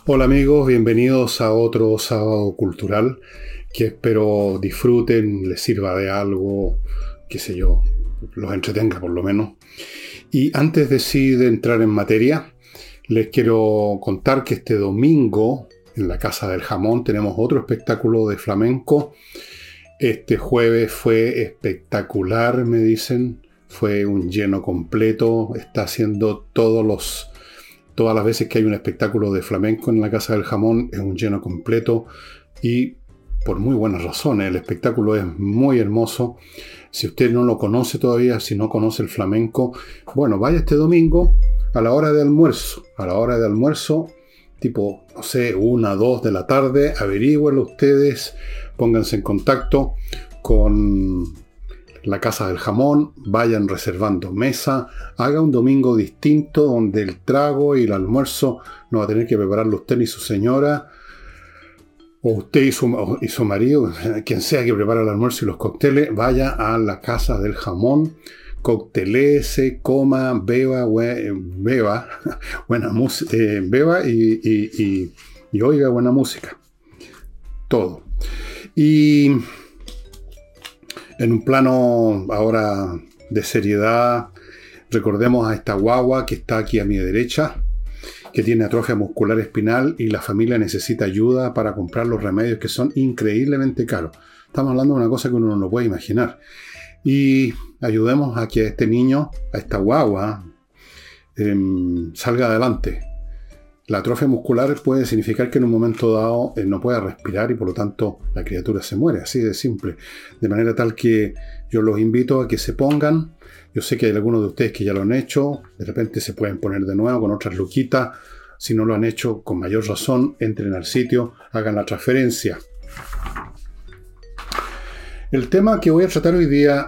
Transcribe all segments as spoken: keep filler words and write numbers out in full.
Hola amigos, bienvenidos a otro sábado cultural que espero disfruten, les sirva de algo, qué sé yo, los entretenga por lo menos. Y antes de sí de entrar en materia, les quiero contar que este domingo en la Casa del Jamón tenemos otro espectáculo de flamenco. Este jueves fue espectacular, me dicen, fue un lleno completo, está haciendo todos los... Todas las veces que hay un espectáculo de flamenco en la Casa del Jamón es un lleno completo y por muy buenas razones. El espectáculo es muy hermoso. Si usted no lo conoce todavía, si no conoce el flamenco, bueno, vaya este domingo a la hora de almuerzo. A la hora de almuerzo, tipo, no sé, una, dos de la tarde, averígüenlo ustedes, pónganse en contacto con la Casa del Jamón, vayan reservando mesa, haga un domingo distinto donde el trago y el almuerzo no va a tener que prepararlo usted ni su señora, o usted y su, y su marido, quien sea que prepara el almuerzo y los cócteles, vaya a la Casa del Jamón, coctelese, coma, beba, we, beba, buena música, eh, beba y, y, y, y oiga buena música. Todo. Y en un plano ahora de seriedad, recordemos a esta guagua que está aquí a mi derecha, que tiene atrofia muscular espinal y la familia necesita ayuda para comprar los remedios que son increíblemente caros. Estamos hablando de una cosa que uno no lo puede imaginar. Y ayudemos a que este niño, a esta guagua, eh, salga adelante. La atrofia muscular puede significar que en un momento dado eh, no pueda respirar y por lo tanto la criatura se muere, así de simple. De manera tal que yo los invito a que se pongan. Yo sé que hay algunos de ustedes que ya lo han hecho, de repente se pueden poner de nuevo con otras luquitas. Si no lo han hecho, con mayor razón, entren al sitio, hagan la transferencia. El tema que voy a tratar hoy día,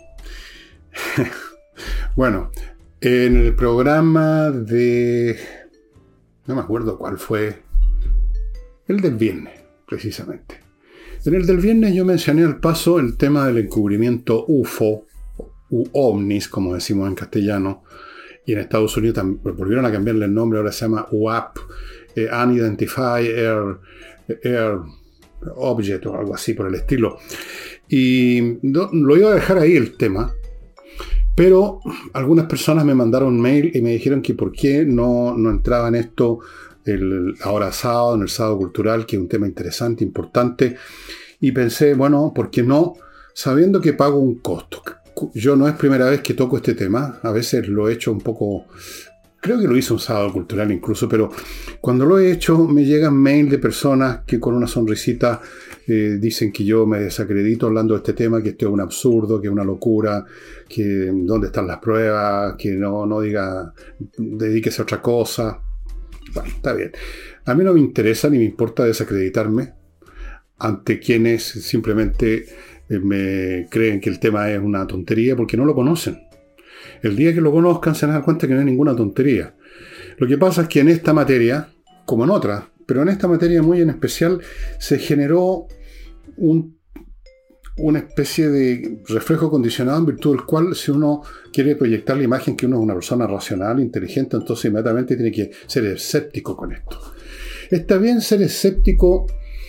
bueno, en el programa de... No me acuerdo cuál fue. El del viernes, precisamente. En el del viernes yo mencioné al paso el tema del encubrimiento U F O, u OVNIs, como decimos en castellano. Y en Estados Unidos también volvieron a cambiarle el nombre, ahora se llama U A P, eh, Unidentified Air, Air Object o algo así por el estilo. Y no, lo iba a dejar ahí el tema. Pero algunas personas me mandaron mail y me dijeron que por qué no, no entraba en esto el, ahora sábado, en el sábado cultural, que es un tema interesante, importante. Y pensé, bueno, ¿por qué no? Sabiendo que pago un costo. Yo no es primera vez que toco este tema. A veces lo he hecho un poco... Creo que lo hice un sábado cultural incluso, pero cuando lo he hecho me llegan mail de personas que con una sonrisita eh, dicen que yo me desacredito hablando de este tema, que esto es un absurdo, que es una locura, que dónde están las pruebas, que no, no diga, dedíquese a otra cosa. Bueno, está bien. A mí no me interesa ni me importa desacreditarme ante quienes simplemente eh, me creen que el tema es una tontería porque no lo conocen. El día que lo conozcan se van a dar cuenta que no es ninguna tontería. Lo que pasa es que en esta materia, como en otras, pero en esta materia muy en especial, se generó un, una especie de reflejo condicionado en virtud del cual si uno quiere proyectar la imagen que uno es una persona racional, inteligente, entonces inmediatamente tiene que ser escéptico con esto. Está bien ser escéptico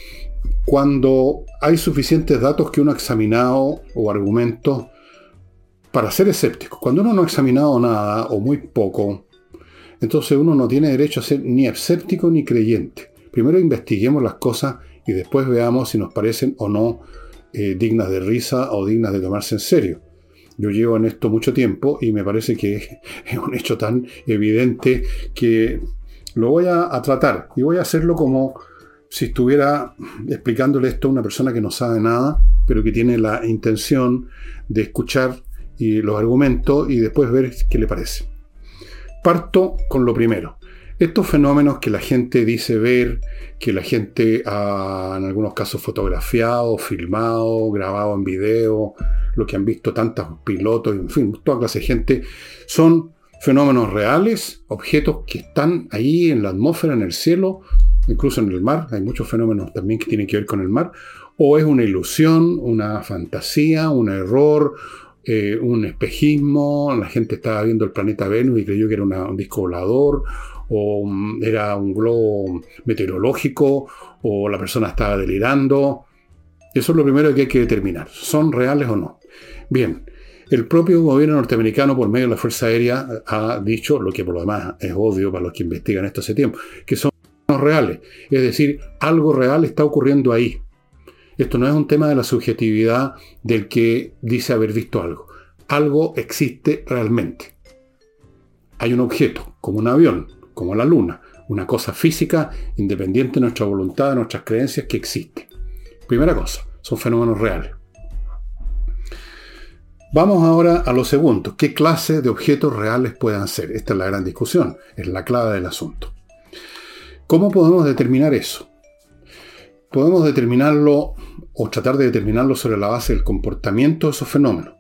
cuando hay suficientes datos que uno ha examinado o argumentos para ser escéptico. Cuando uno no ha examinado nada o muy poco, entonces uno no tiene derecho a ser ni escéptico ni creyente. Primero investiguemos las cosas y después veamos si nos parecen o no eh, dignas de risa o dignas de tomarse en serio. Yo llevo en esto mucho tiempo y me parece que es un hecho tan evidente que lo voy a, a tratar y voy a hacerlo como si estuviera explicándole esto a una persona que no sabe nada, pero que tiene la intención de escuchar y los argumentos y después ver qué le parece. Parto con lo primero. Estos fenómenos que la gente dice ver, que la gente ha en algunos casos fotografiado, filmado, grabado en video, lo que han visto tantos pilotos, en fin, toda clase de gente, son fenómenos reales, objetos que están ahí en la atmósfera, en el cielo, incluso en el mar. Hay muchos fenómenos también que tienen que ver con el mar. O es una ilusión, una fantasía, un error, eh, un espejismo. La gente estaba viendo el planeta Venus y creyó que era una, un disco volador. o era un globo meteorológico, o la persona estaba delirando. Eso es lo primero que hay que determinar. ¿Son reales o no? Bien, el propio gobierno norteamericano, por medio de la Fuerza Aérea, ha dicho, lo que por lo demás es obvio para los que investigan esto hace tiempo, que son reales. Es decir, algo real está ocurriendo ahí. Esto no es un tema de la subjetividad del que dice haber visto algo. Algo existe realmente. Hay un objeto, como un avión, como la luna, una cosa física, independiente de nuestra voluntad, de nuestras creencias, que existe. Primera cosa, son fenómenos reales. Vamos ahora a lo segundo. ¿Qué clase de objetos reales puedan ser? Esta es la gran discusión, es la clave del asunto. ¿Cómo podemos determinar eso? Podemos determinarlo o tratar de determinarlo sobre la base del comportamiento de esos fenómenos.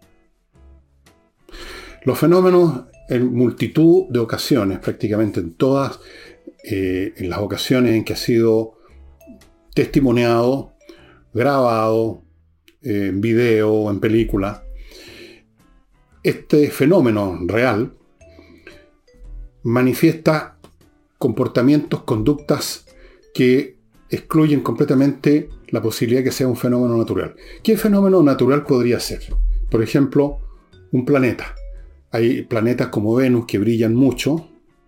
Los fenómenos, en multitud de ocasiones, prácticamente en todas, eh, en las ocasiones en que ha sido testimoniado, grabado, eh, en video, en película, este fenómeno real manifiesta comportamientos, conductas que excluyen completamente la posibilidad de que sea un fenómeno natural. ¿Qué fenómeno natural podría ser? Por ejemplo, un planeta. Hay planetas como Venus que brillan mucho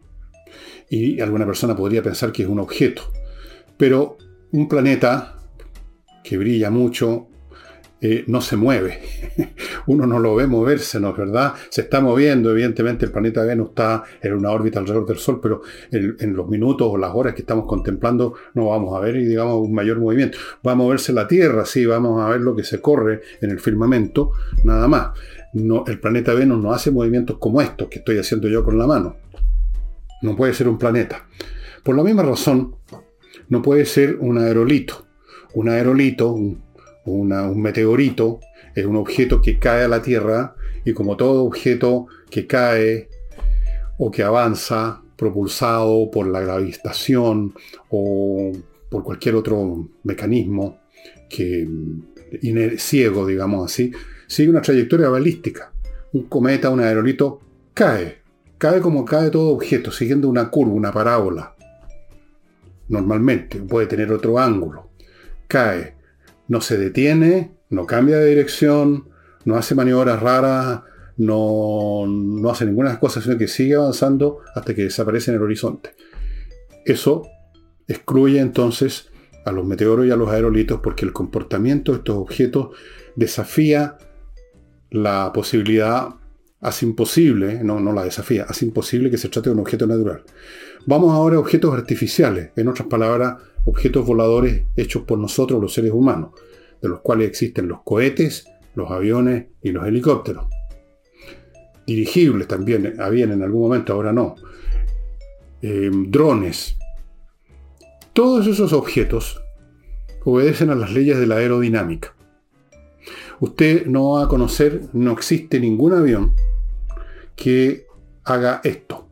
y alguna persona podría pensar que es un objeto. Pero un planeta que brilla mucho eh, no se mueve. Uno no lo ve moverse, ¿no es verdad? Se está moviendo, evidentemente el planeta Venus está en una órbita alrededor del Sol, pero en, en los minutos o las horas que estamos contemplando no vamos a ver, digamos, un mayor movimiento. Va a moverse la Tierra, sí, vamos a ver lo que se corre en el firmamento, nada más. No, el planeta Venus no hace movimientos como estos que estoy haciendo yo con la mano. No puede ser un planeta. Por la misma razón, no puede ser un aerolito. Un aerolito, un, una, un meteorito, es un objeto que cae a la Tierra y como todo objeto que cae o que avanza propulsado por la gravitación o por cualquier otro mecanismo que ciego, digamos así, sigue una trayectoria balística. Un cometa, un aerolito, cae. Cae como cae todo objeto, siguiendo una curva, una parábola. Normalmente, puede tener otro ángulo. Cae. No se detiene, no cambia de dirección, no hace maniobras raras, no, no hace ninguna de las cosas, sino que sigue avanzando hasta que desaparece en el horizonte. Eso excluye entonces a los meteoros y a los aerolitos porque el comportamiento de estos objetos desafía la posibilidad, hace imposible, no, no la desafía, hace imposible que se trate de un objeto natural. Vamos ahora a objetos artificiales, en otras palabras, objetos voladores hechos por nosotros, los seres humanos, de los cuales existen los cohetes, los aviones y los helicópteros. Dirigibles también habían en algún momento, ahora no. Eh, drones. Todos esos objetos obedecen a las leyes de la aerodinámica. Usted no va a conocer, no existe ningún avión que haga esto.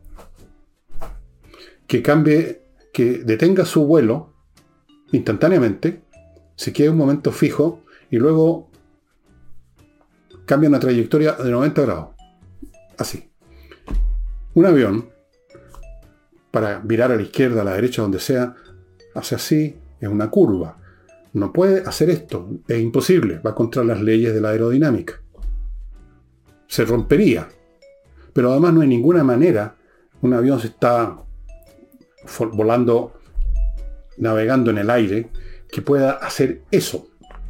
Que cambie, que detenga su vuelo instantáneamente, se quede un momento fijo y luego cambia una trayectoria de noventa grados. Así. Un avión, para virar a la izquierda, a la derecha, donde sea, hace así, es una curva. No puede hacer esto, es imposible, va contra las leyes de la aerodinámica. Se rompería. Pero además no hay ninguna manera, un avión se está volando, navegando en el aire, que pueda hacer eso.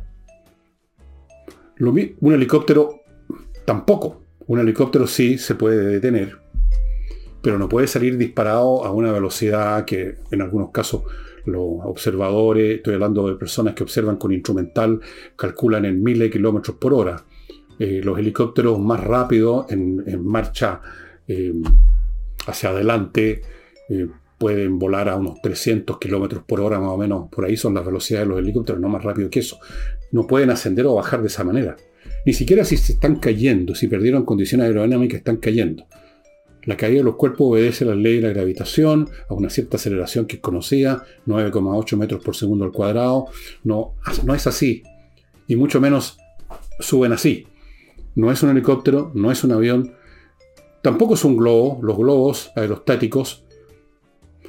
Lo, un helicóptero tampoco. Un helicóptero sí se puede detener, pero no puede salir disparado a una velocidad que en algunos casos los observadores, estoy hablando de personas que observan con instrumental, calculan en miles de kilómetros por hora. Eh, los helicópteros más rápidos en, en marcha eh, hacia adelante eh, pueden volar a unos trescientos kilómetros por hora más o menos. Por ahí son las velocidades de los helicópteros, no más rápido que eso. No pueden ascender o bajar de esa manera. Ni siquiera si se están cayendo, si perdieron condiciones aerodinámicas, están cayendo. La caída de los cuerpos obedece a la ley de la gravitación, a una cierta aceleración que es conocida, nueve coma ocho metros por segundo al cuadrado. No, no es así. Y mucho menos suben así. No es un helicóptero, no es un avión, tampoco es un globo. Los globos aerostáticos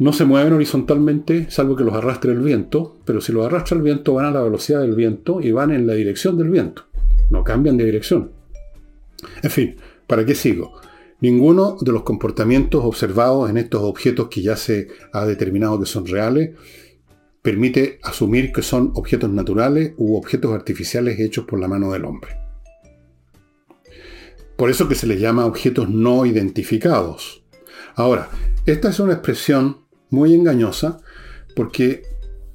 No se mueven horizontalmente, salvo que los arrastre el viento, pero si los arrastra el viento van a la velocidad del viento y van en la dirección del viento. No cambian de dirección. En fin, ¿para qué sigo? Ninguno de los comportamientos observados en estos objetos que ya se ha determinado que son reales permite asumir que son objetos naturales u objetos artificiales hechos por la mano del hombre. Por eso que se les llama objetos no identificados. Ahora, esta es una expresión muy engañosa porque,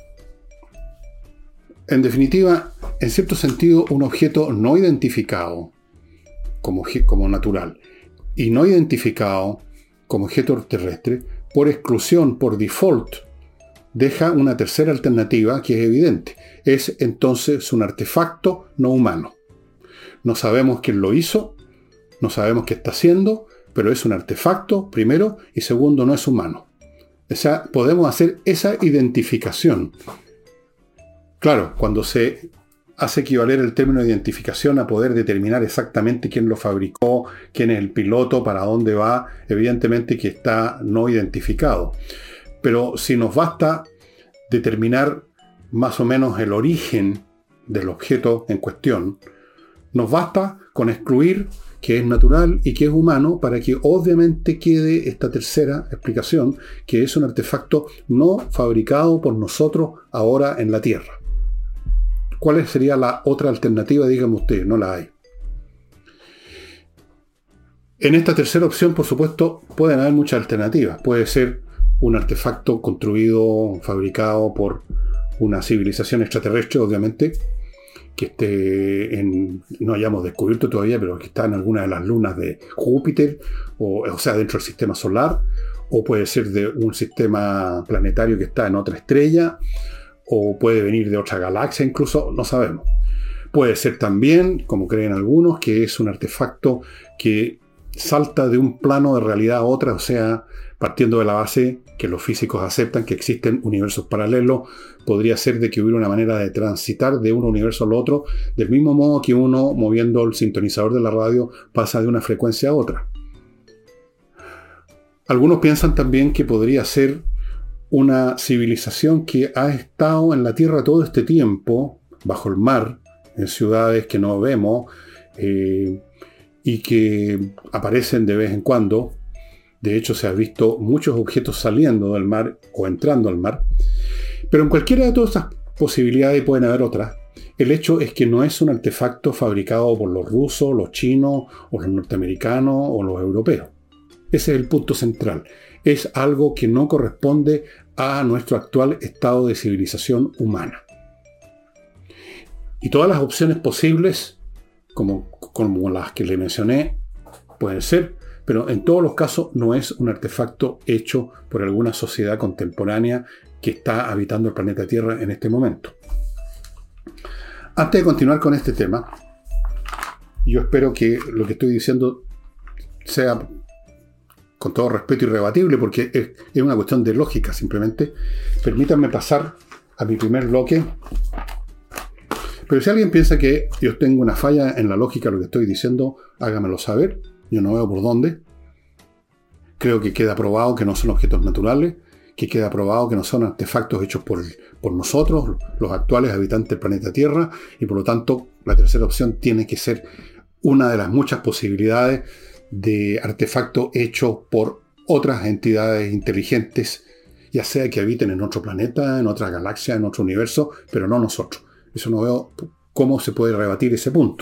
en definitiva, en cierto sentido, un objeto no identificado como, como natural y no identificado como objeto terrestre, por exclusión, por default, deja una tercera alternativa que es evidente. Es entonces un artefacto no humano. No sabemos quién lo hizo, no sabemos qué está haciendo, pero es un artefacto, primero, y segundo, no es humano. O sea, podemos hacer esa identificación. Claro, cuando se hace equivaler el término de identificación a poder determinar exactamente quién lo fabricó, quién es el piloto, para dónde va, evidentemente que está no identificado. Pero si nos basta determinar más o menos el origen del objeto en cuestión, nos basta con excluir que es natural y que es humano para que obviamente quede esta tercera explicación, que es un artefacto no fabricado por nosotros ahora en la Tierra. ¿Cuál sería la otra alternativa? Díganme ustedes, no la hay. En esta tercera opción, por supuesto, pueden haber muchas alternativas. Puede ser un artefacto construido, fabricado por una civilización extraterrestre, obviamente, que esté en, no hayamos descubierto todavía, pero que está en alguna de las lunas de Júpiter, o, o sea, dentro del sistema solar, o puede ser de un sistema planetario que está en otra estrella, o puede venir de otra galaxia incluso, no sabemos. Puede ser también, como creen algunos, que es un artefacto que salta de un plano de realidad a otra, o sea, partiendo de la base que los físicos aceptan que existen universos paralelos, podría ser de que hubiera una manera de transitar de un universo al otro, del mismo modo que uno, moviendo el sintonizador de la radio, pasa de una frecuencia a otra. Algunos piensan también que podría ser una civilización que ha estado en la Tierra todo este tiempo, bajo el mar, en ciudades que no vemos, eh, y que aparecen de vez en cuando. De hecho, se han visto muchos objetos saliendo del mar o entrando al mar. Pero en cualquiera de todas estas posibilidades pueden haber otras. El hecho es que no es un artefacto fabricado por los rusos, los chinos, o los norteamericanos, o los europeos. Ese es el punto central. Es algo que no corresponde a nuestro actual estado de civilización humana. Y todas las opciones posibles, como, como las que le mencioné, pueden ser, pero en todos los casos no es un artefacto hecho por alguna sociedad contemporánea que está habitando el planeta Tierra en este momento. Antes de continuar con este tema, yo espero que lo que estoy diciendo sea con todo respeto irrebatible, porque es, es una cuestión de lógica simplemente. Permítanme pasar a mi primer bloque. Pero si alguien piensa que yo tengo una falla en la lógica de lo que estoy diciendo, hágamelo saber. Yo no veo por dónde. Creo que queda probado que no son objetos naturales, que queda probado que no son artefactos hechos por, por nosotros, los actuales habitantes del planeta Tierra, y por lo tanto la tercera opción tiene que ser una de las muchas posibilidades de artefacto hecho por otras entidades inteligentes, ya sea que habiten en otro planeta, en otra galaxia, en otro universo, pero no nosotros. Eso no veo cómo se puede rebatir ese punto.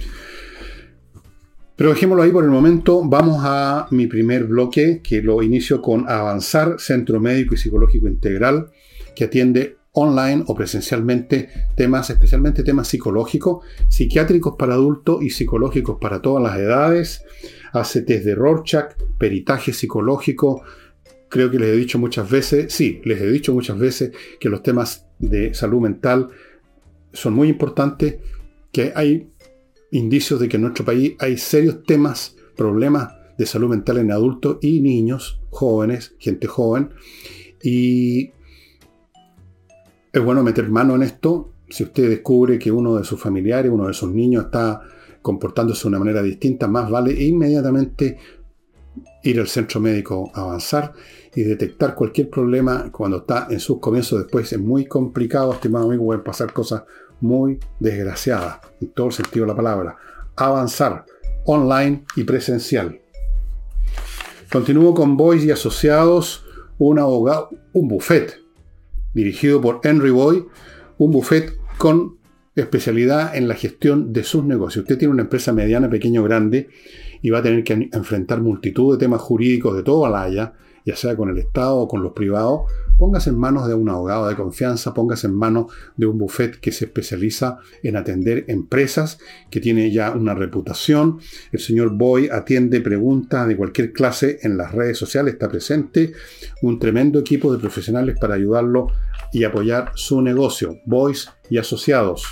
Pero dejémoslo ahí por el momento. Vamos a mi primer bloque, que lo inicio con Avanzar, Centro Médico y Psicológico Integral, que atiende online o presencialmente temas, especialmente temas psicológicos, psiquiátricos para adultos y psicológicos para todas las edades. Hace test de Rorschach, peritaje psicológico. Creo que les he dicho muchas veces, sí, les he dicho muchas veces que los temas de salud mental son muy importantes, que hay indicios de que en nuestro país hay serios temas, problemas de salud mental en adultos y niños, jóvenes, gente joven, y es bueno meter mano en esto. Si usted descubre que uno de sus familiares, uno de sus niños está comportándose de una manera distinta, más vale inmediatamente ir al centro médico a avanzar y detectar cualquier problema cuando está en sus comienzos. Después es muy complicado, estimado amigo, pueden pasar cosas muy desgraciadas, en todo el sentido de la palabra. Avanzar, online y presencial. Continúo con Boyce y Asociados, un abogado, un buffet dirigido por Henry Boy, un buffet con especialidad en la gestión de sus negocios. Usted tiene una empresa mediana, pequeña o grande y va a tener que enfrentar multitud de temas jurídicos de toda la haya, ya sea con el Estado o con los privados. Póngase en manos de un abogado de confianza, póngase en manos de un buffet que se especializa en atender empresas, que tiene ya una reputación. El señor Boy atiende preguntas de cualquier clase en las redes sociales, está presente un tremendo equipo de profesionales para ayudarlo y apoyar su negocio. Boyce y Asociados.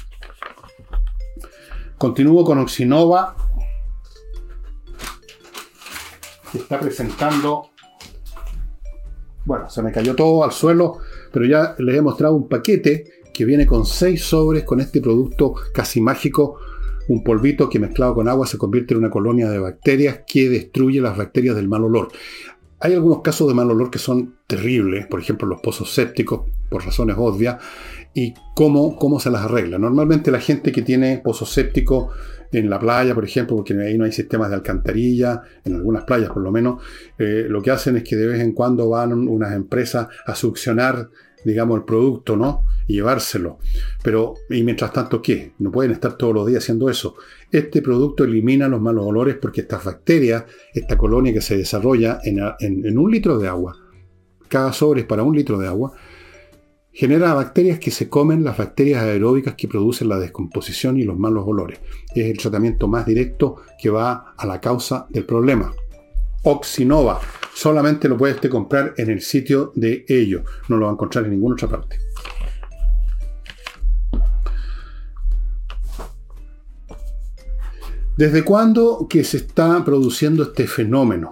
Continúo con Oxinova, que está presentando... Bueno, se me cayó todo al suelo, pero ya les he mostrado un paquete que viene con seis sobres con este producto casi mágico, un polvito que mezclado con agua se convierte en una colonia de bacterias que destruye las bacterias del mal olor. Hay algunos casos de mal olor que son terribles, por ejemplo los pozos sépticos, por razones obvias, y cómo, cómo se las arregla. Normalmente la gente que tiene pozos sépticos en la playa, por ejemplo, porque ahí no hay sistemas de alcantarilla, en algunas playas por lo menos, eh, lo que hacen es que de vez en cuando van unas empresas a succionar, digamos, el producto, ¿no? Y llevárselo. Pero, ¿y mientras tanto qué? No pueden estar todos los días haciendo eso. Este producto elimina los malos olores porque estas bacterias, esta colonia que se desarrolla en, en, en un litro de agua, cada sobre es para un litro de agua, genera bacterias que se comen las bacterias aeróbicas que producen la descomposición y los malos olores. Es el tratamiento más directo que va a la causa del problema. Oxinova. Solamente lo puede usted comprar en el sitio de ellos. No lo va a encontrar en ninguna otra parte. ¿Desde cuándo que se está produciendo este fenómeno?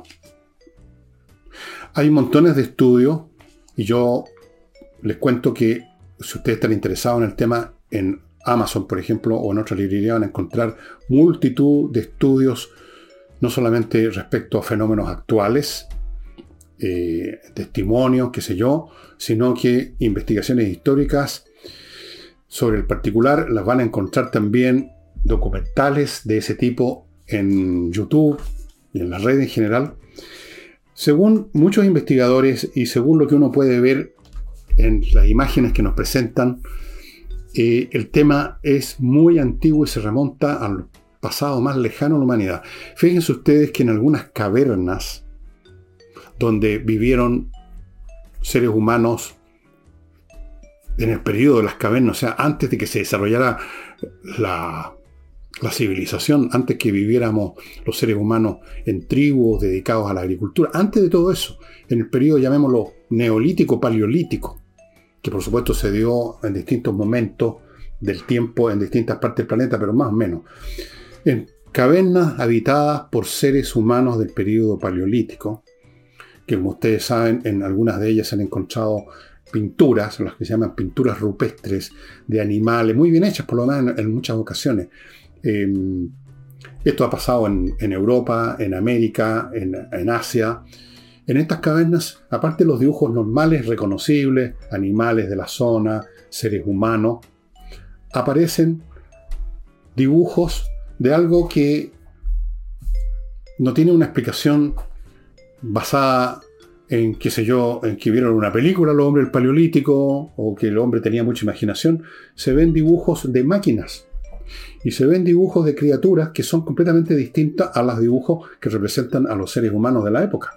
Hay montones de estudios y yo les cuento que si ustedes están interesados en el tema, en Amazon, por ejemplo, o en otra librería van a encontrar multitud de estudios, no solamente respecto a fenómenos actuales, eh, testimonios, qué sé yo, sino que investigaciones históricas sobre el particular. Las van a encontrar también documentales de ese tipo en YouTube y en las redes en general. Según muchos investigadores y según lo que uno puede ver en las imágenes que nos presentan, eh, el tema es muy antiguo y se remonta al pasado más lejano de la humanidad. Fíjense ustedes que en algunas cavernas donde vivieron seres humanos en el periodo de las cavernas, o sea, antes de que se desarrollara la, la civilización, antes que viviéramos los seres humanos en tribus dedicados a la agricultura, antes de todo eso, en el periodo, llamémoslo, neolítico, paleolítico, que por supuesto se dio en distintos momentos del tiempo en distintas partes del planeta, pero más o menos. En cavernas habitadas por seres humanos del periodo paleolítico, que como ustedes saben, en algunas de ellas se han encontrado pinturas, las que se llaman pinturas rupestres de animales, muy bien hechas por lo menos en, en muchas ocasiones. Eh, esto ha pasado en, en Europa, en América, en, en Asia. En estas cavernas, aparte de los dibujos normales, reconocibles, animales de la zona, seres humanos, aparecen dibujos de algo que no tiene una explicación basada en, qué sé yo, en que vieron una película los hombres del Paleolítico o que el hombre tenía mucha imaginación. Se ven dibujos de máquinas y se ven dibujos de criaturas que son completamente distintas a los dibujos que representan a los seres humanos de la época.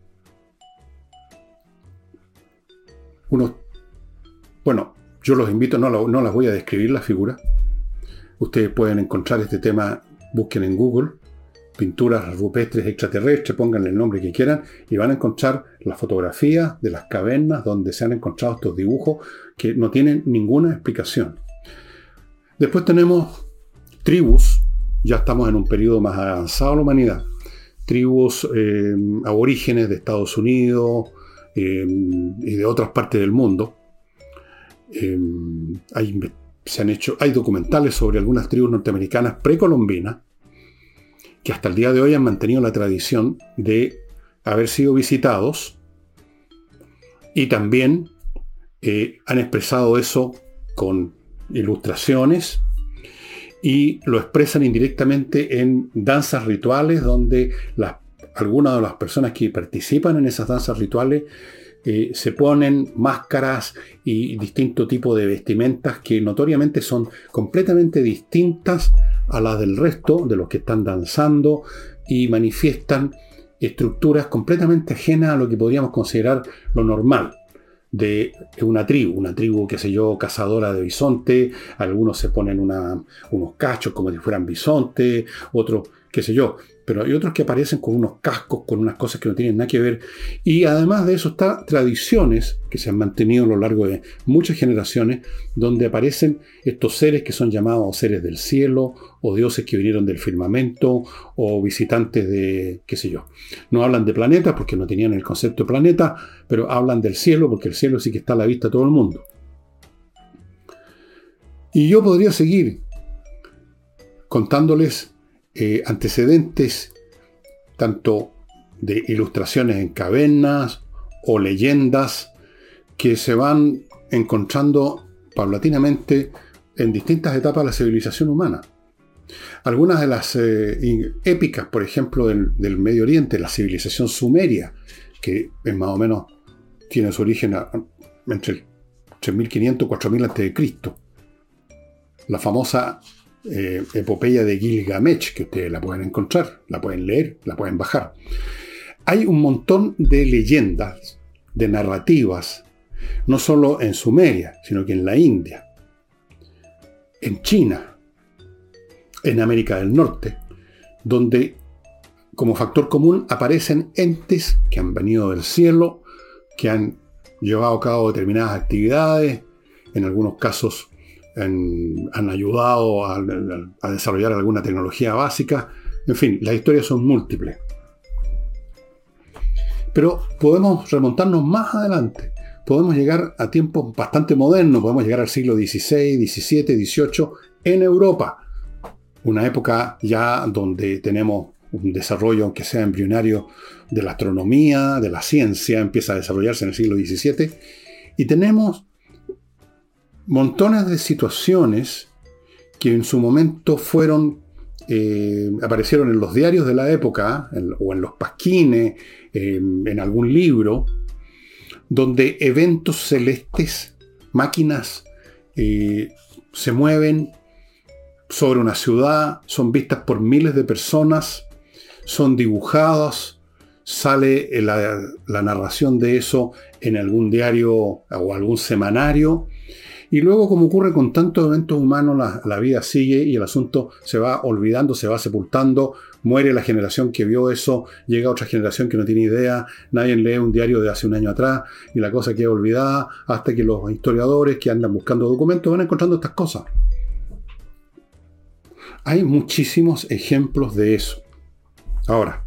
Uno, bueno, yo los invito, no, lo, no las voy a describir las figuras. Ustedes pueden encontrar este tema, busquen en Google, pinturas rupestres extraterrestres, pónganle el nombre que quieran, y van a encontrar las fotografías de las cavernas donde se han encontrado estos dibujos que no tienen ninguna explicación. Después tenemos tribus, ya estamos en un periodo más avanzado de la humanidad, tribus eh, aborígenes de Estados Unidos, Eh, y de otras partes del mundo. Eh, hay, se han hecho, hay documentales sobre algunas tribus norteamericanas precolombinas que hasta el día de hoy han mantenido la tradición de haber sido visitados y también eh, han expresado eso con ilustraciones y lo expresan indirectamente en danzas rituales donde las, algunas de las personas que participan en esas danzas rituales eh, se ponen máscaras y distinto tipo de vestimentas que notoriamente son completamente distintas a las del resto de los que están danzando y manifiestan estructuras completamente ajenas a lo que podríamos considerar lo normal de una tribu, una tribu, qué sé yo, cazadora de bisonte. Algunos se ponen una, unos cachos como si fueran bisonte, otros, qué sé yo, pero hay otros que aparecen con unos cascos, con unas cosas que no tienen nada que ver. Y además de eso está tradiciones que se han mantenido a lo largo de muchas generaciones, donde aparecen estos seres que son llamados seres del cielo, o dioses que vinieron del firmamento, o visitantes de, qué sé yo. No hablan de planetas porque no tenían el concepto de planeta, pero hablan del cielo porque el cielo sí que está a la vista de todo el mundo. Y yo podría seguir contándoles eh, antecedentes tanto de ilustraciones en cavernas o leyendas que se van encontrando paulatinamente en distintas etapas de la civilización humana. Algunas de las eh, épicas, por ejemplo, del, del Medio Oriente, la civilización sumeria, que es más o menos tiene su origen a, entre tres mil quinientos y cuatro mil antes de Cristo. La famosa eh, epopeya de Gilgamesh, que ustedes la pueden encontrar, la pueden leer, la pueden bajar. Hay un montón de leyendas, de narrativas, no solo en Sumeria, sino que en la India, en China, en América del Norte, donde como factor común aparecen entes que han venido del cielo, que han llevado a cabo determinadas actividades, en algunos casos en, han ayudado a, a desarrollar alguna tecnología básica. En fin, las historias son múltiples. Pero podemos remontarnos más adelante. Podemos llegar a tiempos bastante modernos, podemos llegar al siglo dieciséis, diecisiete, dieciocho en Europa. Una época ya donde tenemos un desarrollo, aunque sea embrionario, de la astronomía, de la ciencia, empieza a desarrollarse en el siglo diecisiete. Y tenemos montones de situaciones que en su momento fueron, eh, aparecieron en los diarios de la época, en, o en los pasquines, eh, en algún libro, donde eventos celestes, máquinas, eh, se mueven sobre una ciudad, son vistas por miles de personas, son dibujadas, sale la, la narración de eso en algún diario o algún semanario, y luego, como ocurre con tantos eventos humanos, la, la vida sigue y el asunto se va olvidando, se va sepultando, muere la generación que vio eso, llega otra generación que no tiene idea, nadie lee un diario de hace un año atrás y la cosa queda olvidada hasta que los historiadores que andan buscando documentos van encontrando estas cosas. Hay muchísimos ejemplos de eso. Ahora,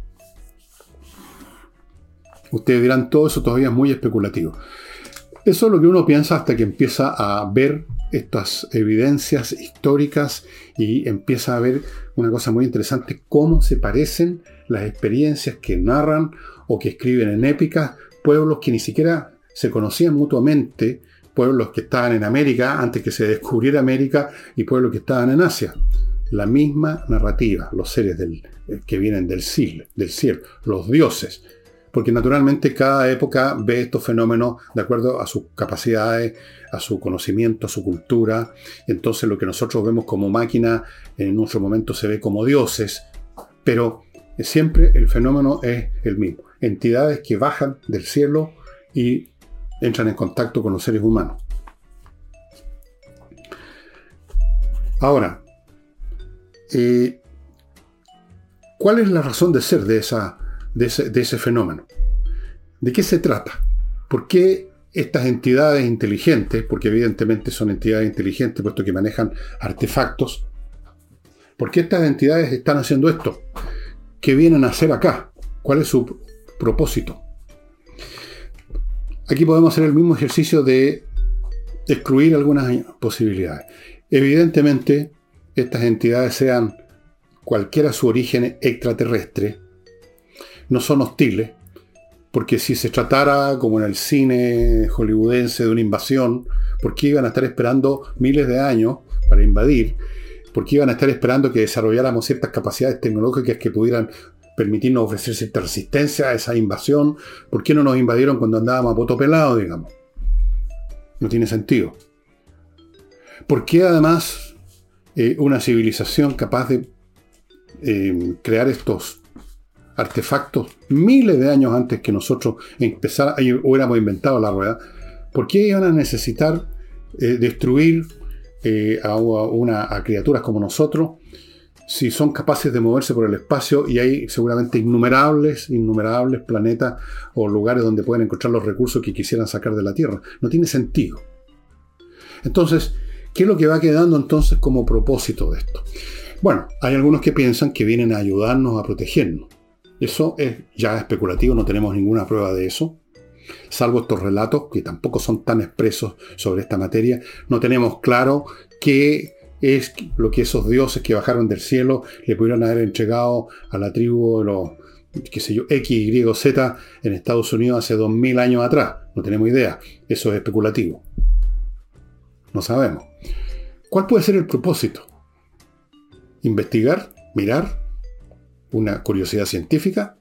ustedes dirán, todo eso todavía es muy especulativo. Eso es lo que uno piensa hasta que empieza a ver estas evidencias históricas y empieza a ver una cosa muy interesante, cómo se parecen las experiencias que narran o que escriben en épicas pueblos que ni siquiera se conocían mutuamente, pueblos que estaban en América antes que se descubriera América y pueblos que estaban en Asia. La misma narrativa, los seres del, que vienen del cielo, del cielo, los dioses. Porque naturalmente cada época ve estos fenómenos de acuerdo a sus capacidades, a su conocimiento, a su cultura. Entonces lo que nosotros vemos como máquina en nuestro momento se ve como dioses, pero siempre el fenómeno es el mismo. Entidades que bajan del cielo y entran en contacto con los seres humanos. Ahora, eh, ¿cuál es la razón de ser de esa De ese, de ese fenómeno? ¿De qué se trata? ¿Por qué estas entidades inteligentes, porque evidentemente son entidades inteligentes puesto que manejan artefactos, por qué estas entidades están haciendo esto? ¿Qué vienen a hacer acá? ¿Cuál es su propósito? Aquí podemos hacer el mismo ejercicio de excluir algunas posibilidades. Evidentemente, estas entidades, sean cualquiera su origen extraterrestre, no son hostiles, Porque si se tratara, como en el cine hollywoodense, de una invasión, ¿por qué iban a estar esperando miles de años para invadir? ¿Por qué iban a estar esperando que desarrolláramos ciertas capacidades tecnológicas que pudieran permitirnos ofrecer cierta resistencia a esa invasión? ¿Por qué no nos invadieron cuando andábamos a poto pelado, digamos? No tiene sentido. ¿Por qué además eh, una civilización capaz de eh, crear estos artefactos miles de años antes que nosotros empezar, hubiéramos inventado la rueda, ¿por qué iban a necesitar eh, destruir eh, a, una, a criaturas como nosotros si son capaces de moverse por el espacio y hay seguramente innumerables, innumerables planetas o lugares donde pueden encontrar los recursos que quisieran sacar de la Tierra? No tiene sentido. Entonces, ¿qué es lo que va quedando entonces como propósito de esto? Bueno, hay algunos que piensan que vienen a ayudarnos a protegernos. Eso es ya especulativo, no tenemos ninguna prueba de eso. Salvo estos relatos, que tampoco son tan expresos sobre esta materia, no tenemos claro qué es lo que esos dioses que bajaron del cielo le pudieron haber entregado a la tribu de los, qué sé yo, X, Y, Z en Estados Unidos hace dos mil años atrás. No tenemos idea. Eso es especulativo. No sabemos. ¿Cuál puede ser el propósito? ¿Investigar? ¿Mirar? ¿Una curiosidad científica?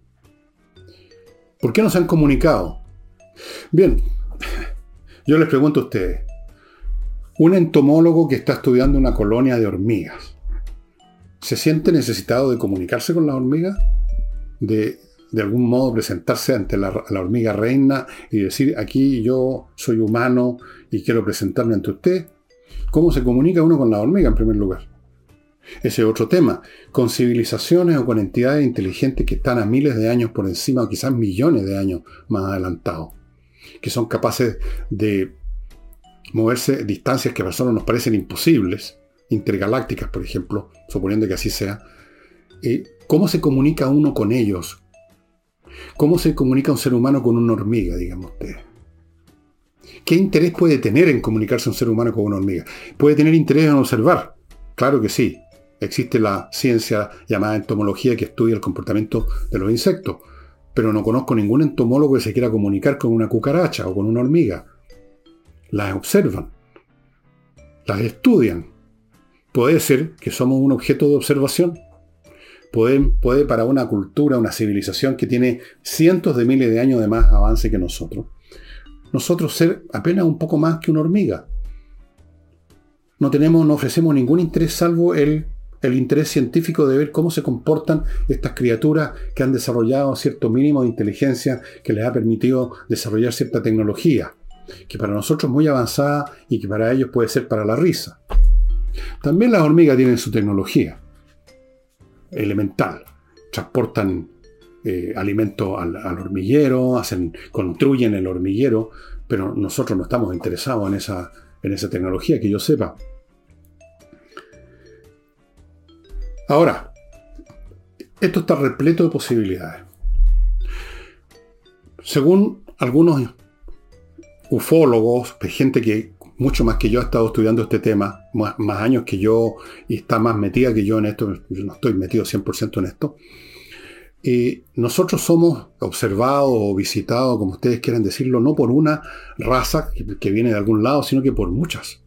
¿Por qué no se han comunicado? Bien, yo les pregunto a ustedes. Un entomólogo que está estudiando una colonia de hormigas, ¿se siente necesitado de comunicarse con las hormigas? ¿De, de algún modo presentarse ante la, la hormiga reina y decir, aquí yo soy humano y quiero presentarme ante usted? ¿Cómo se comunica uno con la hormiga en primer lugar? Ese es otro tema. Con civilizaciones o con entidades inteligentes que están a miles de años por encima o quizás millones de años más adelantados, que son capaces de moverse distancias que a nosotros nos parecen imposibles, intergalácticas, por ejemplo, suponiendo que así sea. Eh, ¿Cómo se comunica uno con ellos? ¿Cómo se comunica un ser humano con una hormiga, digamos ustedes? ¿Qué interés puede tener en comunicarse un ser humano con una hormiga? ¿Puede tener interés en observar? Claro que sí. Existe la ciencia llamada entomología que estudia el comportamiento de los insectos, pero no conozco ningún entomólogo que se quiera comunicar con una cucaracha o con una hormiga. Las observan, las estudian. Puede ser que somos un objeto de observación. Puede, puede para una cultura, una civilización que tiene cientos de miles de años de más avance que nosotros, nosotros ser apenas un poco más que una hormiga. No tenemos, no ofrecemos ningún interés salvo el, el interés científico de ver cómo se comportan estas criaturas que han desarrollado cierto mínimo de inteligencia que les ha permitido desarrollar cierta tecnología, que para nosotros es muy avanzada y que para ellos puede ser para la risa. También las hormigas tienen su tecnología elemental. Transportan eh, alimento al, al hormiguero, hacen, construyen el hormiguero, pero nosotros no estamos interesados en esa, en esa tecnología, que yo sepa. Ahora, esto está repleto de posibilidades. Según algunos ufólogos, gente que mucho más que yo ha estado estudiando este tema, más, más años que yo, y está más metida que yo en esto, yo no estoy metido cien por ciento en esto, y nosotros somos observados o visitados, como ustedes quieran decirlo, no por una raza que, que viene de algún lado, sino que por muchas.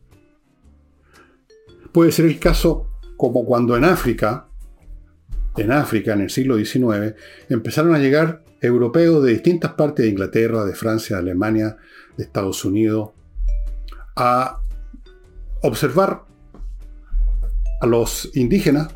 Puede ser el caso como cuando en África, en África, en el siglo diecinueve, empezaron a llegar europeos de distintas partes de Inglaterra, de Francia, de Alemania, de Estados Unidos, a observar a los indígenas,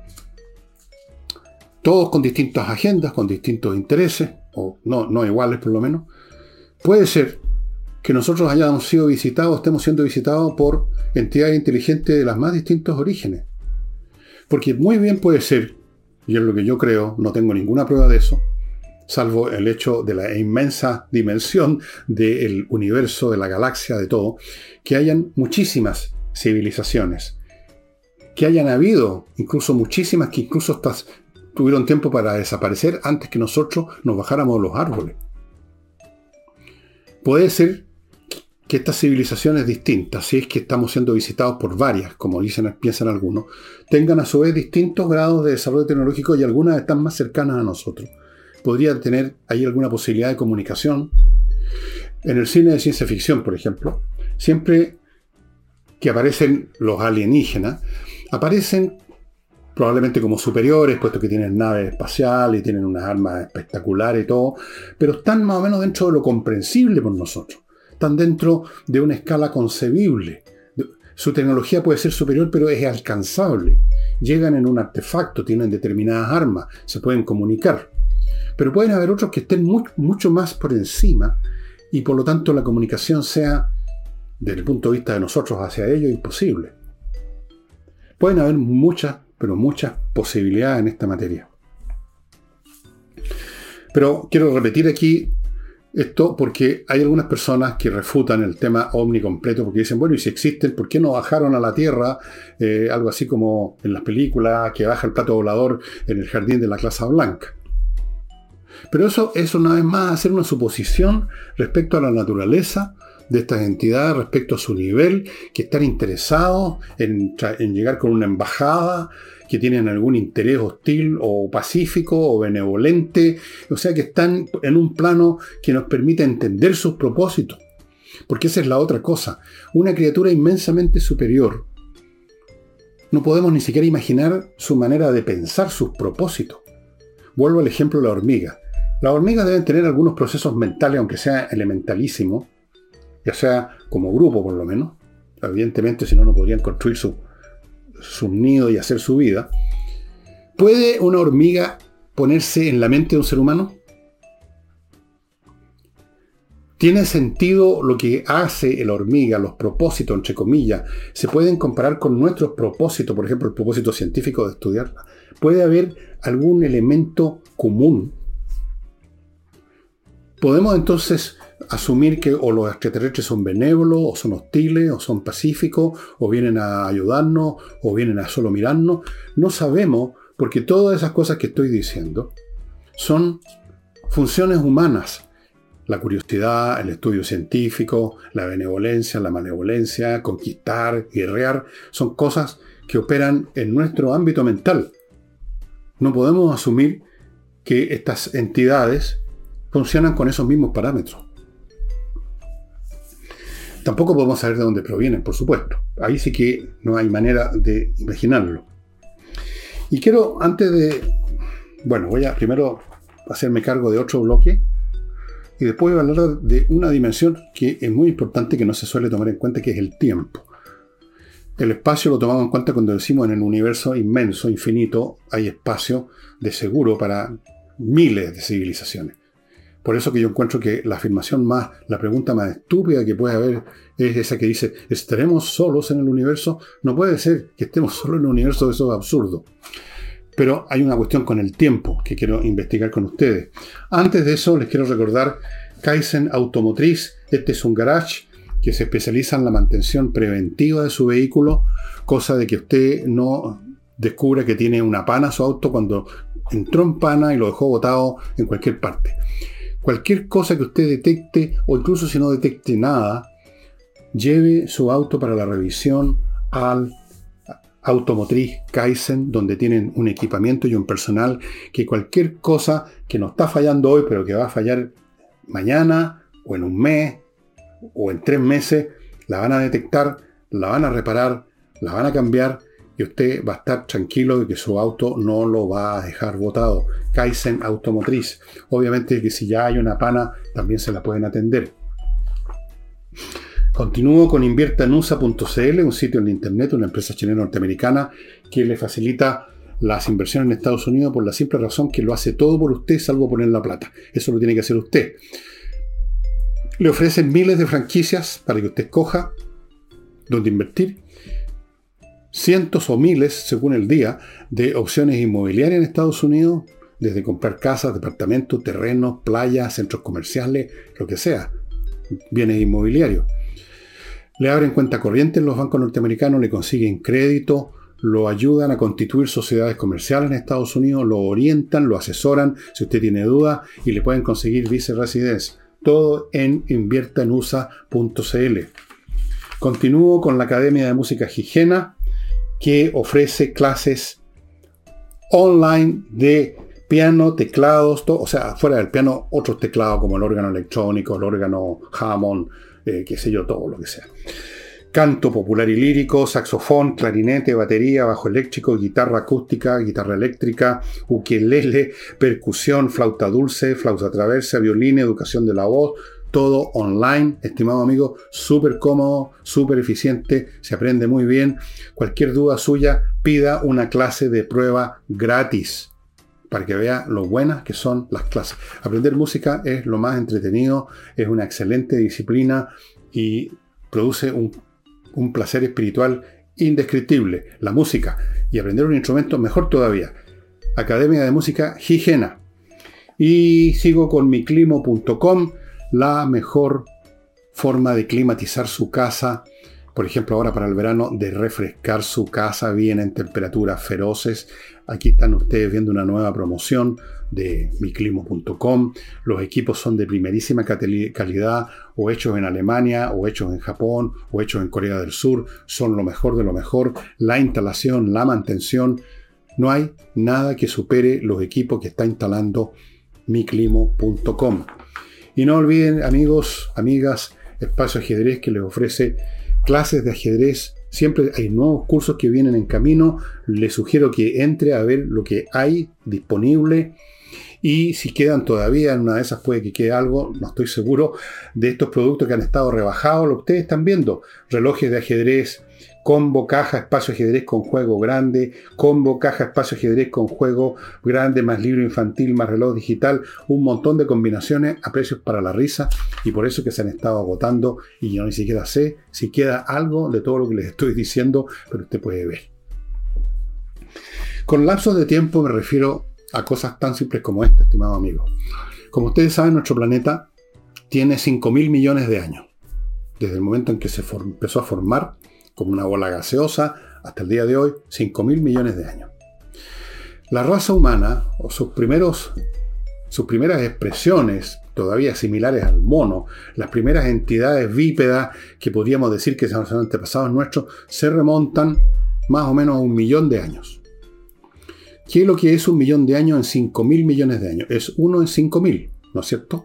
todos con distintas agendas, con distintos intereses, o no, no iguales por lo menos. Puede ser que nosotros hayamos sido visitados, estemos siendo visitados por entidades inteligentes de los más distintos orígenes. Porque muy bien puede ser, y es lo que yo creo, no tengo ninguna prueba de eso, salvo el hecho de la inmensa dimensión del universo, de la galaxia, de todo, que hayan muchísimas civilizaciones, que hayan habido incluso muchísimas que incluso hasta tuvieron tiempo para desaparecer antes que nosotros nos bajáramos de los árboles. Puede ser que estas civilizaciones distintas, si es que estamos siendo visitados por varias, como dicen, piensan algunos, tengan a su vez distintos grados de desarrollo tecnológico y algunas están más cercanas a nosotros podría tener ahí alguna posibilidad de comunicación. En el cine de ciencia ficción, por ejemplo, siempre que aparecen los alienígenas, aparecen probablemente como superiores, puesto que tienen naves espaciales y tienen unas armas espectaculares y todo, pero están más o menos dentro de lo comprensible por nosotros. Están dentro de una escala concebible. Su tecnología puede ser superior, pero es alcanzable. Llegan en un artefacto, tienen determinadas armas, se pueden comunicar. Pero pueden haber otros que estén muy, mucho más por encima y por lo tanto la comunicación sea, desde el punto de vista de nosotros hacia ellos, imposible. Pueden haber muchas, pero muchas posibilidades en esta materia. Pero quiero repetir aquí esto porque hay algunas personas que refutan el tema ovni completo porque dicen, bueno, y si existen, ¿por qué no bajaron a la Tierra? Eh, algo así como en las películas, que baja el plato volador en el jardín de la Casa Blanca. Pero eso es una vez más hacer una suposición respecto a la naturaleza de estas entidades, respecto a su nivel, que están interesados en, en llegar con una embajada, que tienen algún interés hostil o pacífico o benevolente, o sea que están en un plano que nos permite entender sus propósitos. Porque esa es la otra cosa. Una criatura inmensamente superior, no podemos ni siquiera imaginar su manera de pensar, sus propósitos. Vuelvo al ejemplo de la hormiga. Las hormigas deben tener algunos procesos mentales, aunque sea elementalísimos, ya sea como grupo por lo menos. Evidentemente, si no, no podrían construir su, su nido y hacer su vida. ¿Puede una hormiga ponerse en la mente de un ser humano? ¿Tiene sentido lo que hace la hormiga, los propósitos, entre comillas? ¿Se pueden comparar con nuestros propósitos, por ejemplo, el propósito científico de estudiarla? ¿Puede haber algún elemento común? ¿Podemos entonces asumir que o los extraterrestres son benévolos, o son hostiles, o son pacíficos, o vienen a ayudarnos, o vienen a solo mirarnos? No sabemos, porque todas esas cosas que estoy diciendo son funciones humanas. La curiosidad, el estudio científico, la benevolencia, la malevolencia, conquistar, guerrear, son cosas que operan en nuestro ámbito mental. No podemos asumir que estas entidades funcionan con esos mismos parámetros. Tampoco podemos saber de dónde provienen, por supuesto. Ahí sí que no hay manera de imaginarlo. Y quiero, antes de... Bueno, voy a primero hacerme cargo de otro bloque y después voy a hablar de una dimensión que es muy importante, que no se suele tomar en cuenta, que es el tiempo. El espacio lo tomamos en cuenta cuando decimos en el universo inmenso, infinito, hay espacio de seguro para miles de civilizaciones. Por eso que yo encuentro que la afirmación más, la pregunta más estúpida que puede haber es esa que dice, ¿estaremos solos en el universo? No puede ser que estemos solos en el universo, eso es absurdo. Pero hay una cuestión con el tiempo que quiero investigar con ustedes. Antes de eso, les quiero recordar Kaizen Automotriz. Este es un garage que se especializa en la mantención preventiva de su vehículo, cosa de que usted no descubra que tiene una pana a su auto cuando entró en pana y lo dejó botado en cualquier parte. Cualquier cosa que usted detecte, o incluso si no detecte nada, lleve su auto para la revisión al Automotriz Kaizen, donde tienen un equipamiento y un personal que cualquier cosa que no está fallando hoy, pero que va a fallar mañana, o en un mes, o en tres meses, la van a detectar, la van a reparar, la van a cambiar, y usted va a estar tranquilo de que su auto no lo va a dejar botado. Kaizen Automotriz. Obviamente que si ya hay una pana, también se la pueden atender. Continúo con invierta en u s a punto c l, un sitio en internet, una empresa chilena norteamericana que le facilita las inversiones en Estados Unidos por la simple razón que lo hace todo por usted, salvo poner la plata. Eso lo tiene que hacer usted. Le ofrecen miles de franquicias para que usted escoja dónde invertir. Cientos o miles, según el día, de opciones inmobiliarias en Estados Unidos, desde comprar casas, departamentos, terrenos, playas, centros comerciales, lo que sea, bienes inmobiliarios. Le abren cuenta corriente en los bancos norteamericanos, le consiguen crédito, lo ayudan a constituir sociedades comerciales en Estados Unidos, lo orientan, lo asesoran si usted tiene dudas y le pueden conseguir vice-residencia. Todo en invierta en u s a punto c l. Continúo con la Academia de Música Gigena, que ofrece clases online de piano, teclados, todo, o sea, fuera del piano, otros teclados como el órgano electrónico, el órgano Hammond, eh, qué sé yo, todo lo que sea. Canto popular y lírico, saxofón, clarinete, batería, bajo eléctrico, guitarra acústica, guitarra eléctrica, ukelele, percusión, flauta dulce, flauta traversa, violín, educación de la voz, todo online, estimado amigo, súper cómodo, súper eficiente, se aprende muy bien. Cualquier duda suya, pida una clase de prueba gratis para que vea lo buenas que son las clases. Aprender música es lo más entretenido, es una excelente disciplina y produce un un placer espiritual indescriptible, la música, y aprender un instrumento mejor todavía. Academia de Música Gigena. Y sigo con miclimo punto com, la mejor forma de climatizar su casa, por ejemplo ahora para el verano, de refrescar su casa bien en temperaturas feroces. Aquí están ustedes viendo una nueva promoción de miclimo punto com. Los equipos son de primerísima calidad, o hechos en Alemania, o hechos en Japón, o hechos en Corea del Sur. Son lo mejor de lo mejor. La instalación, la mantención, no hay nada que supere los equipos que está instalando miclimo punto com. Y no olviden, amigos, amigas, Espacio Ajedrez, que les ofrece clases de ajedrez. Siempre hay nuevos cursos que vienen en camino. Les sugiero que entre a ver lo que hay disponible. Y si quedan todavía, en una de esas puede que quede algo, no estoy seguro, de estos productos que han estado rebajados. Lo que ustedes están viendo, relojes de ajedrez, combo, caja, espacio ajedrez con juego grande, combo, caja, espacio ajedrez con juego grande, más libro infantil, más reloj digital, un montón de combinaciones a precios para la risa, y por eso que se han estado agotando, y yo ni siquiera sé si queda algo de todo lo que les estoy diciendo, pero usted puede ver. Con lapsos de tiempo me refiero a cosas tan simples como esta, estimado amigo. Como ustedes saben, nuestro planeta tiene cinco mil millones de años. Desde el momento en que se empezó a formar como una bola gaseosa hasta el día de hoy, cinco mil millones de años. La raza humana, o sus, primeros, sus primeras expresiones, todavía similares al mono, las primeras entidades bípedas que podríamos decir que son antepasados nuestros, se remontan más o menos a un millón de años. ¿Qué es lo que es un millón de años en cinco mil millones de años? Es uno en cinco mil, ¿no es cierto?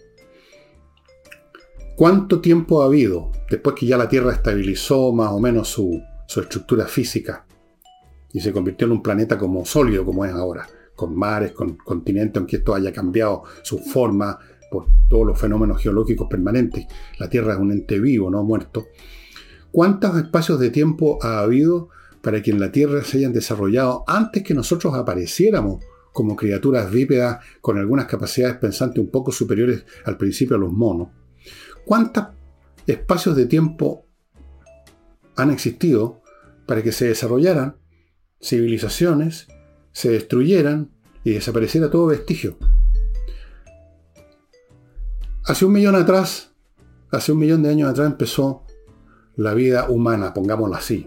¿Cuánto tiempo ha habido, después que ya la Tierra estabilizó más o menos su, su estructura física y se convirtió en un planeta como sólido como es ahora, con mares, con continentes, aunque esto haya cambiado su forma por todos los fenómenos geológicos permanentes? La Tierra es un ente vivo, no muerto. ¿Cuántos espacios de tiempo ha habido para que en la Tierra se hayan desarrollado antes que nosotros apareciéramos como criaturas bípedas con algunas capacidades pensantes un poco superiores al principio a los monos? ¿Cuántos espacios de tiempo han existido para que se desarrollaran civilizaciones, se destruyeran y desapareciera todo vestigio? Hace un millón atrás, hace un millón de años atrás empezó la vida humana, pongámoslo así.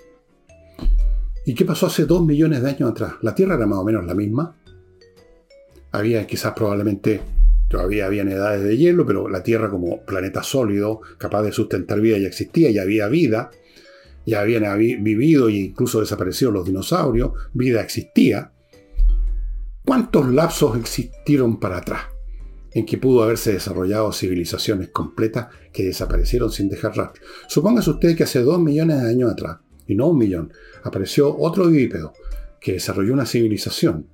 ¿Y qué pasó hace dos millones de años atrás? La Tierra era más o menos la misma. Había quizás probablemente, todavía habían edades de hielo, pero la Tierra como planeta sólido, capaz de sustentar vida, ya existía, ya había vida. Ya habían vivido e incluso desaparecido los dinosaurios. Vida existía. ¿Cuántos lapsos existieron para atrás en que pudo haberse desarrollado civilizaciones completas que desaparecieron sin dejar rastro? Supóngase usted que hace dos millones de años atrás, y no un millón, apareció otro bípedo que desarrolló una civilización.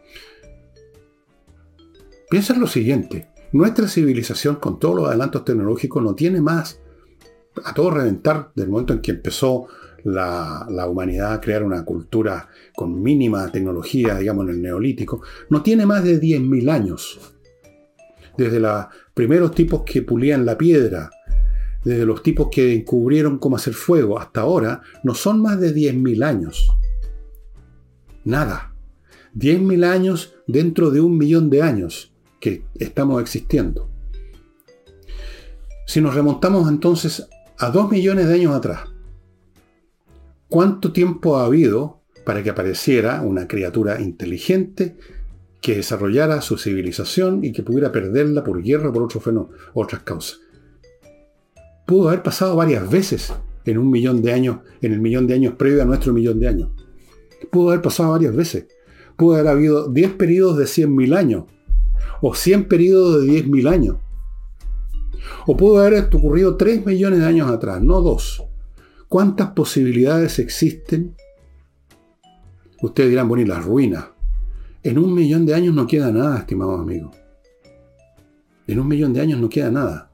Piensa en lo siguiente: nuestra civilización, con todos los adelantos tecnológicos, no tiene más, a todo reventar, del momento en que empezó la, la humanidad a crear una cultura con mínima tecnología, digamos en el neolítico, no tiene más de diez mil años. Desde los primeros tipos que pulían la piedra, desde los tipos que descubrieron cómo hacer fuego, hasta ahora, no son más de diez mil años. Nada. diez mil años dentro de un millón de años que estamos existiendo. Si nos remontamos entonces a dos millones de años atrás, ¿cuánto tiempo ha habido para que apareciera una criatura inteligente que desarrollara su civilización y que pudiera perderla por guerra o por otros fenómenos, otras causas? Pudo haber pasado varias veces en un millón de años, en el millón de años previo a nuestro millón de años. Pudo haber pasado varias veces. Pudo haber habido diez periodos de cien mil años, o cien periodos de diez mil años. O pudo haber ocurrido tres millones de años atrás, no dos. ¿Cuántas posibilidades existen? Ustedes dirán, bueno, y las ruinas. En un millón de años no queda nada, estimados amigos. En un millón de años no queda nada.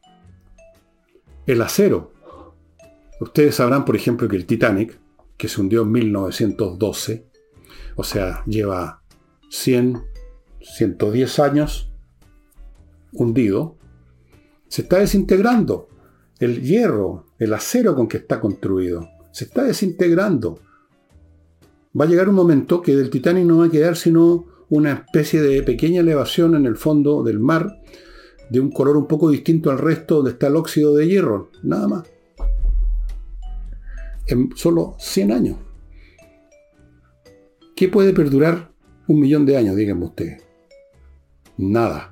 El acero. Ustedes sabrán, por ejemplo, que el Titanic, que se hundió en mil novecientos doce, o sea, lleva cien, ciento diez años hundido, se está desintegrando. El hierro, el acero con que está construido, se está desintegrando. Va a llegar un momento que del Titanic no va a quedar sino una especie de pequeña elevación en el fondo del mar, de un color un poco distinto al resto, donde está el óxido de hierro, nada más. En solo cien años. ¿Qué puede perdurar un millón de años, díganme ustedes? Nada.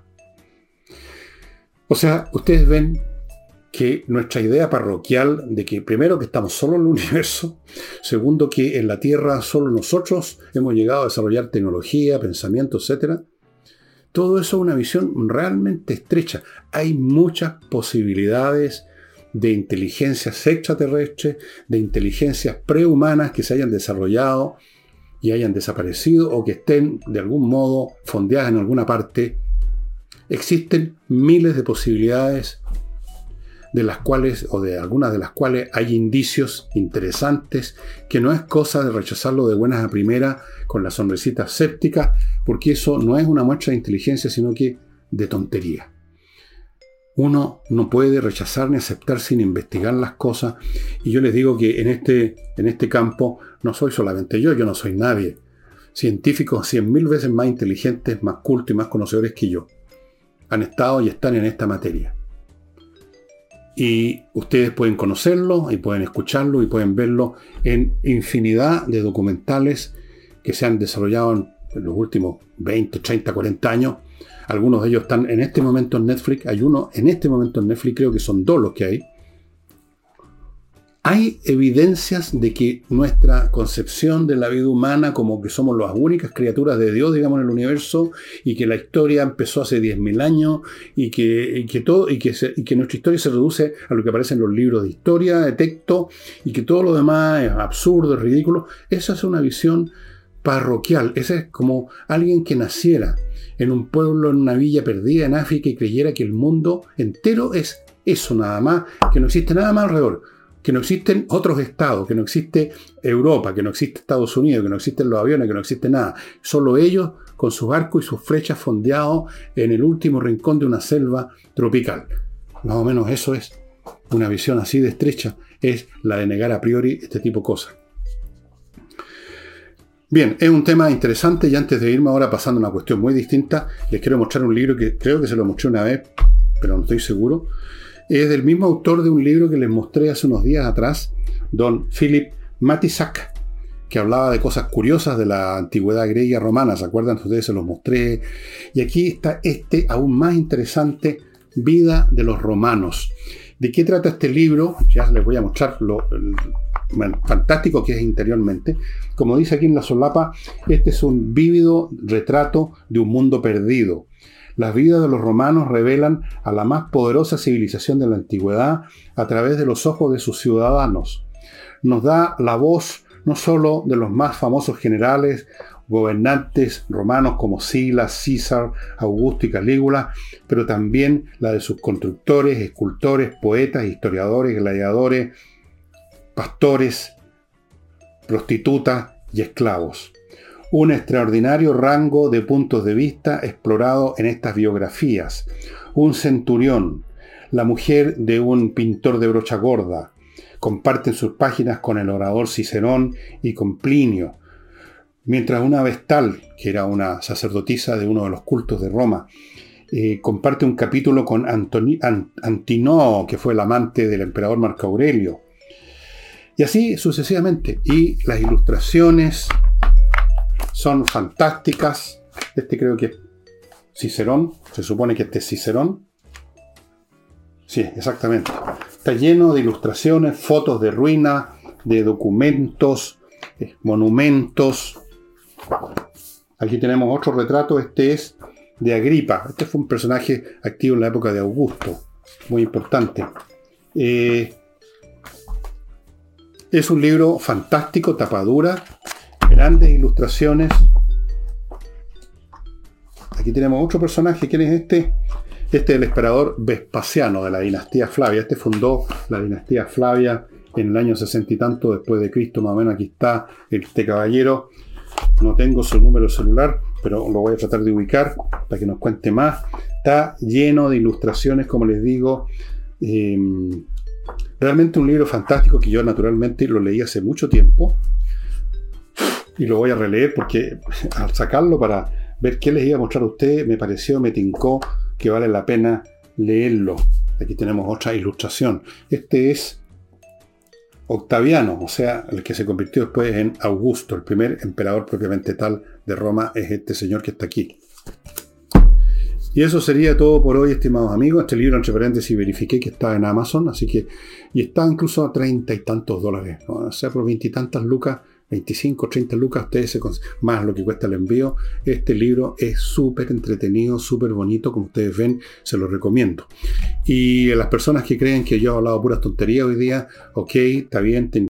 O sea, ustedes ven que nuestra idea parroquial de que primero que estamos solo en el universo, segundo que en la Tierra solo nosotros hemos llegado a desarrollar tecnología, pensamiento, etcétera, todo eso es una visión realmente estrecha. Hay muchas posibilidades de inteligencias extraterrestres, de inteligencias prehumanas que se hayan desarrollado y hayan desaparecido o que estén de algún modo fondeadas en alguna parte. Existen miles de posibilidades de las cuales, o de algunas de las cuales hay indicios interesantes, que no es cosa de rechazarlo de buenas a primeras con la sonrisita escéptica, porque eso no es una muestra de inteligencia, sino que de tontería. Uno no puede rechazar ni aceptar sin investigar las cosas, y yo les digo que en este, en este campo no soy solamente yo, yo no soy nadie. Científicos cien mil veces más inteligentes, más cultos y más conocedores que yo han estado y están en esta materia. Y ustedes pueden conocerlo, y pueden escucharlo, y pueden verlo en infinidad de documentales que se han desarrollado en, en los últimos veinte, treinta, cuarenta años. Algunos de ellos están en este momento en Netflix. Hay uno en este momento en Netflix, creo que son dos los que hay. Hay evidencias de que nuestra concepción de la vida humana, como que somos las únicas criaturas de Dios, digamos, en el universo, y que la historia empezó hace diez mil años, y que, y que, todo, y que, se, y que nuestra historia se reduce a lo que aparece en los libros de historia, de texto, y que todo lo demás es absurdo, es ridículo. Esa es una visión parroquial. Esa es como alguien que naciera en un pueblo, en una villa perdida en África, y creyera que el mundo entero es eso nada más, que no existe nada más alrededor. Que no existen otros estados, que no existe Europa, que no existe Estados Unidos, que no existen los aviones, que no existe nada. Solo ellos con sus arcos y sus flechas fondeados en el último rincón de una selva tropical. Más o menos eso es una visión así de estrecha, es la de negar a priori este tipo de cosas. Bien, es un tema interesante, y antes de irme ahora pasando a una cuestión muy distinta, les quiero mostrar un libro que creo que se lo mostré una vez, pero no estoy seguro. Es del mismo autor de un libro que les mostré hace unos días atrás, don Philip Matisak, que hablaba de cosas curiosas de la antigüedad griega y romana. ¿Se acuerdan? Ustedes se los mostré. Y aquí está este aún más interesante, Vida de los romanos. ¿De qué trata este libro? Ya les voy a mostrar lo el, bueno, fantástico que es interiormente. Como dice aquí en la solapa, este es un vívido retrato de un mundo perdido. Las vidas de los romanos revelan a la más poderosa civilización de la antigüedad a través de los ojos de sus ciudadanos. Nos da la voz no solo de los más famosos generales, gobernantes romanos como Sila, César, Augusto y Calígula, pero también la de sus constructores, escultores, poetas, historiadores, gladiadores, pastores, prostitutas y esclavos. Un extraordinario rango de puntos de vista explorado en estas biografías. Un centurión, la mujer de un pintor de brocha gorda, comparten sus páginas con el orador Cicerón y con Plinio, mientras una vestal, que era una sacerdotisa de uno de los cultos de Roma, eh, comparte un capítulo con Antoni, Ant, Antinoo, que fue el amante del emperador Marco Aurelio. Y así sucesivamente. Y las ilustraciones son fantásticas. Este creo que es Cicerón. Se supone que este es Cicerón. Sí, exactamente. Está lleno de ilustraciones, fotos de ruinas, de documentos, monumentos. Aquí tenemos otro retrato, este es de Agripa. Este fue un personaje activo en la época de Augusto, muy importante. Eh, es un libro fantástico, tapadura, grandes ilustraciones. Aquí tenemos otro personaje. ¿Quién es este? Este es el emperador Vespasiano de la dinastía Flavia. Este fundó la dinastía Flavia en el año sesenta y tanto después de Cristo, más o menos. Aquí está este caballero. No tengo su número celular, pero lo voy a tratar de ubicar para que nos cuente más. Está lleno de ilustraciones, como les digo. Eh, realmente un libro fantástico que yo naturalmente lo leí hace mucho tiempo. Y lo voy a releer porque al sacarlo para ver qué les iba a mostrar a ustedes, me pareció, me tincó que vale la pena leerlo. Aquí tenemos otra ilustración. Este es Octaviano, o sea, el que se convirtió después en Augusto, el primer emperador propiamente tal de Roma, es este señor que está aquí. Y eso sería todo por hoy, estimados amigos. Este libro, entre paréntesis, verifiqué que está en Amazon, así que, y está incluso a treinta y tantos dólares, ¿no? O sea, por veintitantas lucas, veinticinco, treinta lucas, ustedes se cons- más lo que cuesta el envío. Este libro es súper entretenido, súper bonito, como ustedes ven, se lo recomiendo. Y a las personas que creen que yo he hablado puras tonterías hoy día, ok, está bien, ten-